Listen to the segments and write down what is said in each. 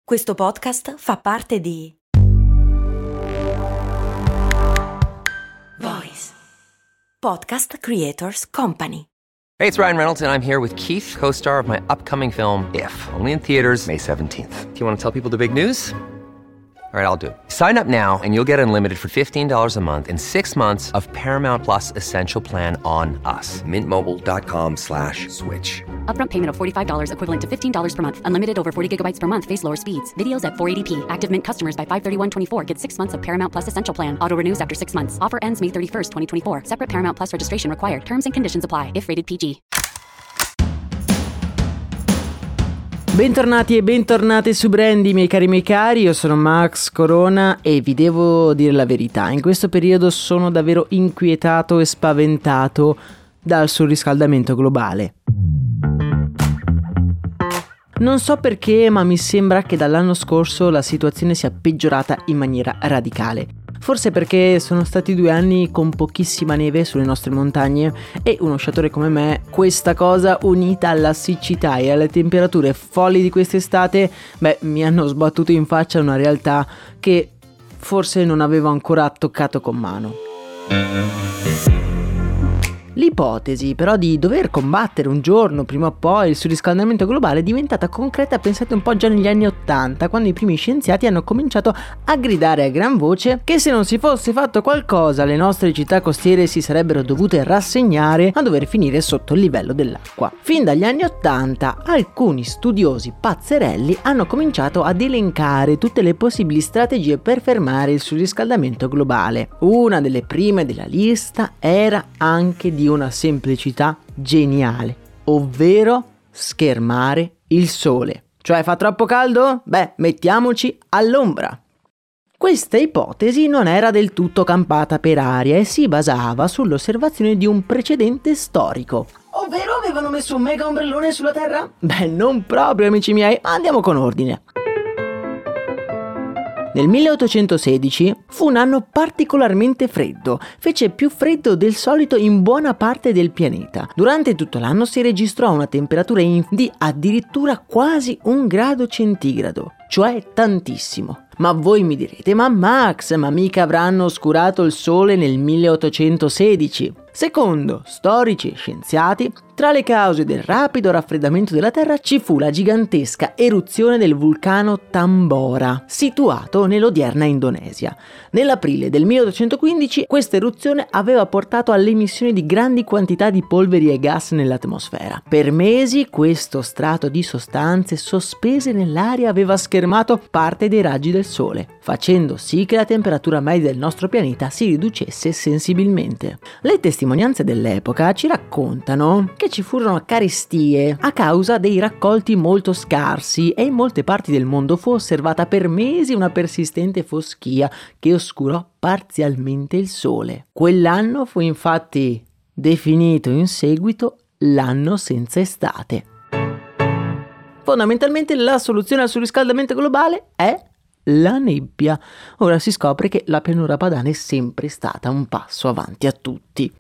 Questo podcast fa parte di Voice Podcast Creators Company. Hey, it's Ryan Reynolds, and I'm here with Keith, co-star of my upcoming film, If, only in theaters May 17th. Do you want to tell people the big news? All right, I'll do it. Sign up now and you'll get unlimited for $15 a month and 6 months of Paramount Plus Essential Plan on us. MintMobile.com/switch. Upfront payment of $45 equivalent to $15 per month. Unlimited over 40 gigabytes per month. Face lower speeds. Videos at 480p. Active Mint customers by 531.24 get 6 months of Paramount Plus Essential Plan. Auto renews after 6 months. Offer ends May 31st, 2024. Separate Paramount Plus registration required. Terms and conditions apply if rated PG. Bentornati e bentornate su Brandy, miei cari, io sono Max Corona e vi devo dire la verità, in questo periodo sono davvero inquietato e spaventato dal surriscaldamento globale. Non so perché, ma mi sembra che dall'anno scorso la situazione sia peggiorata in maniera radicale. Forse perché sono stati 2 anni con pochissima neve sulle nostre montagne e uno sciatore come me, questa cosa unita alla siccità e alle temperature folli di quest'estate, mi hanno sbattuto in faccia una realtà che forse non avevo ancora toccato con mano. L'ipotesi però di dover combattere un giorno prima o poi il surriscaldamento globale è diventata concreta, pensate un po', già negli anni '80, quando i primi scienziati hanno cominciato a gridare a gran voce che se non si fosse fatto qualcosa le nostre città costiere si sarebbero dovute rassegnare a dover finire sotto il livello dell'acqua. Fin dagli anni '80 alcuni studiosi pazzerelli hanno cominciato ad elencare tutte le possibili strategie per fermare il surriscaldamento globale. Una delle prime della lista era anche di una semplicità geniale, ovvero schermare il sole. Cioè, fa troppo caldo? Mettiamoci all'ombra. Questa ipotesi non era del tutto campata per aria e si basava sull'osservazione di un precedente storico. Ovvero avevano messo un mega ombrellone sulla Terra? Non proprio, amici miei, ma andiamo con ordine. Nel 1816 fu un anno particolarmente freddo, fece più freddo del solito in buona parte del pianeta. Durante tutto l'anno si registrò una temperatura di addirittura quasi 1 grado centigrado, cioè tantissimo. Ma voi mi direte, ma Max, ma mica avranno oscurato il sole nel 1816? Secondo storici e scienziati, tra le cause del rapido raffreddamento della Terra ci fu la gigantesca eruzione del vulcano Tambora, situato nell'odierna Indonesia. Nell'aprile del 1815 questa eruzione aveva portato all'emissione di grandi quantità di polveri e gas nell'atmosfera. Per mesi questo strato di sostanze sospese nell'aria aveva schermato parte dei raggi del Sole, facendo sì che la temperatura media del nostro pianeta si riducesse sensibilmente. Le testimonianze dell'epoca ci raccontano che ci furono carestie a causa dei raccolti molto scarsi e in molte parti del mondo fu osservata per mesi una persistente foschia che oscurò parzialmente il sole. Quell'anno fu infatti definito in seguito l'anno senza estate. Fondamentalmente la soluzione al surriscaldamento globale è la nebbia. Ora si scopre che la pianura padana è sempre stata un passo avanti a tutti.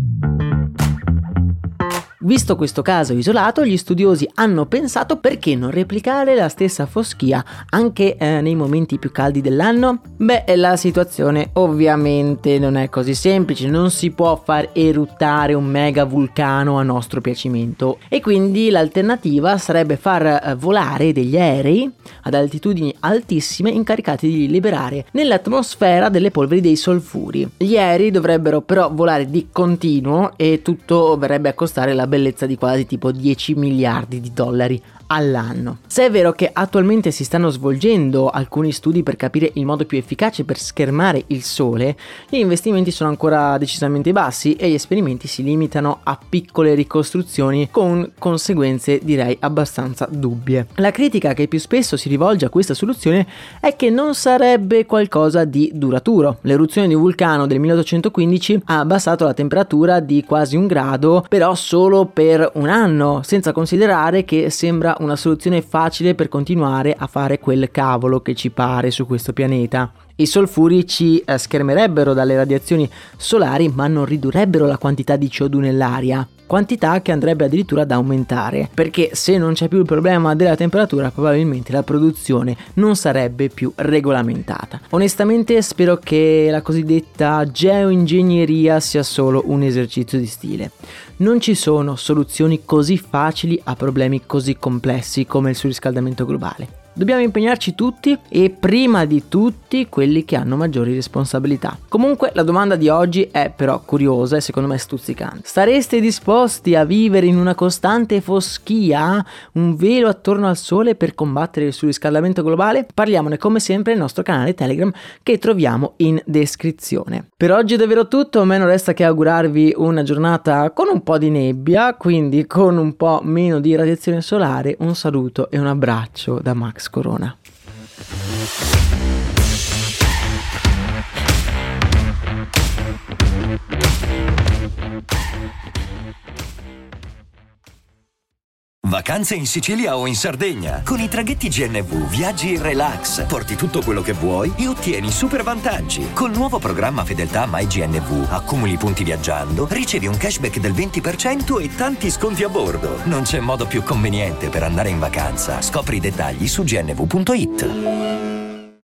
Visto questo caso isolato, gli studiosi hanno pensato perché non replicare la stessa foschia anche nei momenti più caldi dell'anno? La situazione ovviamente non è così semplice, non si può far eruttare un mega vulcano a nostro piacimento e quindi l'alternativa sarebbe far volare degli aerei ad altitudini altissime incaricati di liberare nell'atmosfera delle polveri dei solfuri. Gli aerei dovrebbero però volare di continuo e tutto verrebbe a costare la bellezza di quasi tipo 10 miliardi di dollari all'anno. Se è vero che attualmente si stanno svolgendo alcuni studi per capire il modo più efficace per schermare il sole, gli investimenti sono ancora decisamente bassi e gli esperimenti si limitano a piccole ricostruzioni con conseguenze direi abbastanza dubbie. La critica che più spesso si rivolge a questa soluzione è che non sarebbe qualcosa di duraturo. L'eruzione di un vulcano del 1815 ha abbassato la temperatura di quasi 1 grado, però solo per 1 anno, senza considerare che sembra una soluzione facile per continuare a fare quel cavolo che ci pare su questo pianeta. I solfuri ci schermerebbero dalle radiazioni solari, ma non ridurrebbero la quantità di CO2 nell'aria, quantità che andrebbe addirittura ad aumentare, perché se non c'è più il problema della temperatura, probabilmente la produzione non sarebbe più regolamentata. Onestamente spero che la cosiddetta geoingegneria sia solo un esercizio di stile. Non ci sono soluzioni così facili a problemi così complessi come il surriscaldamento globale. Dobbiamo impegnarci tutti e prima di tutti quelli che hanno maggiori responsabilità. Comunque la domanda di oggi è però curiosa e secondo me stuzzicante. Sareste disposti a vivere in una costante foschia, un velo attorno al sole per combattere il surriscaldamento globale? Parliamone come sempre nel nostro canale Telegram che troviamo in descrizione. Per oggi è davvero tutto, a me non resta che augurarvi una giornata con un po' di nebbia, quindi con un po' meno di radiazione solare. Un saluto e un abbraccio da Max Corona. Vacanze in Sicilia o in Sardegna. Con i traghetti GNV viaggi in relax, porti tutto quello che vuoi e ottieni super vantaggi. Col nuovo programma Fedeltà MyGNV accumuli punti viaggiando, ricevi un cashback del 20% e tanti sconti a bordo. Non c'è modo più conveniente per andare in vacanza. Scopri i dettagli su gnv.it.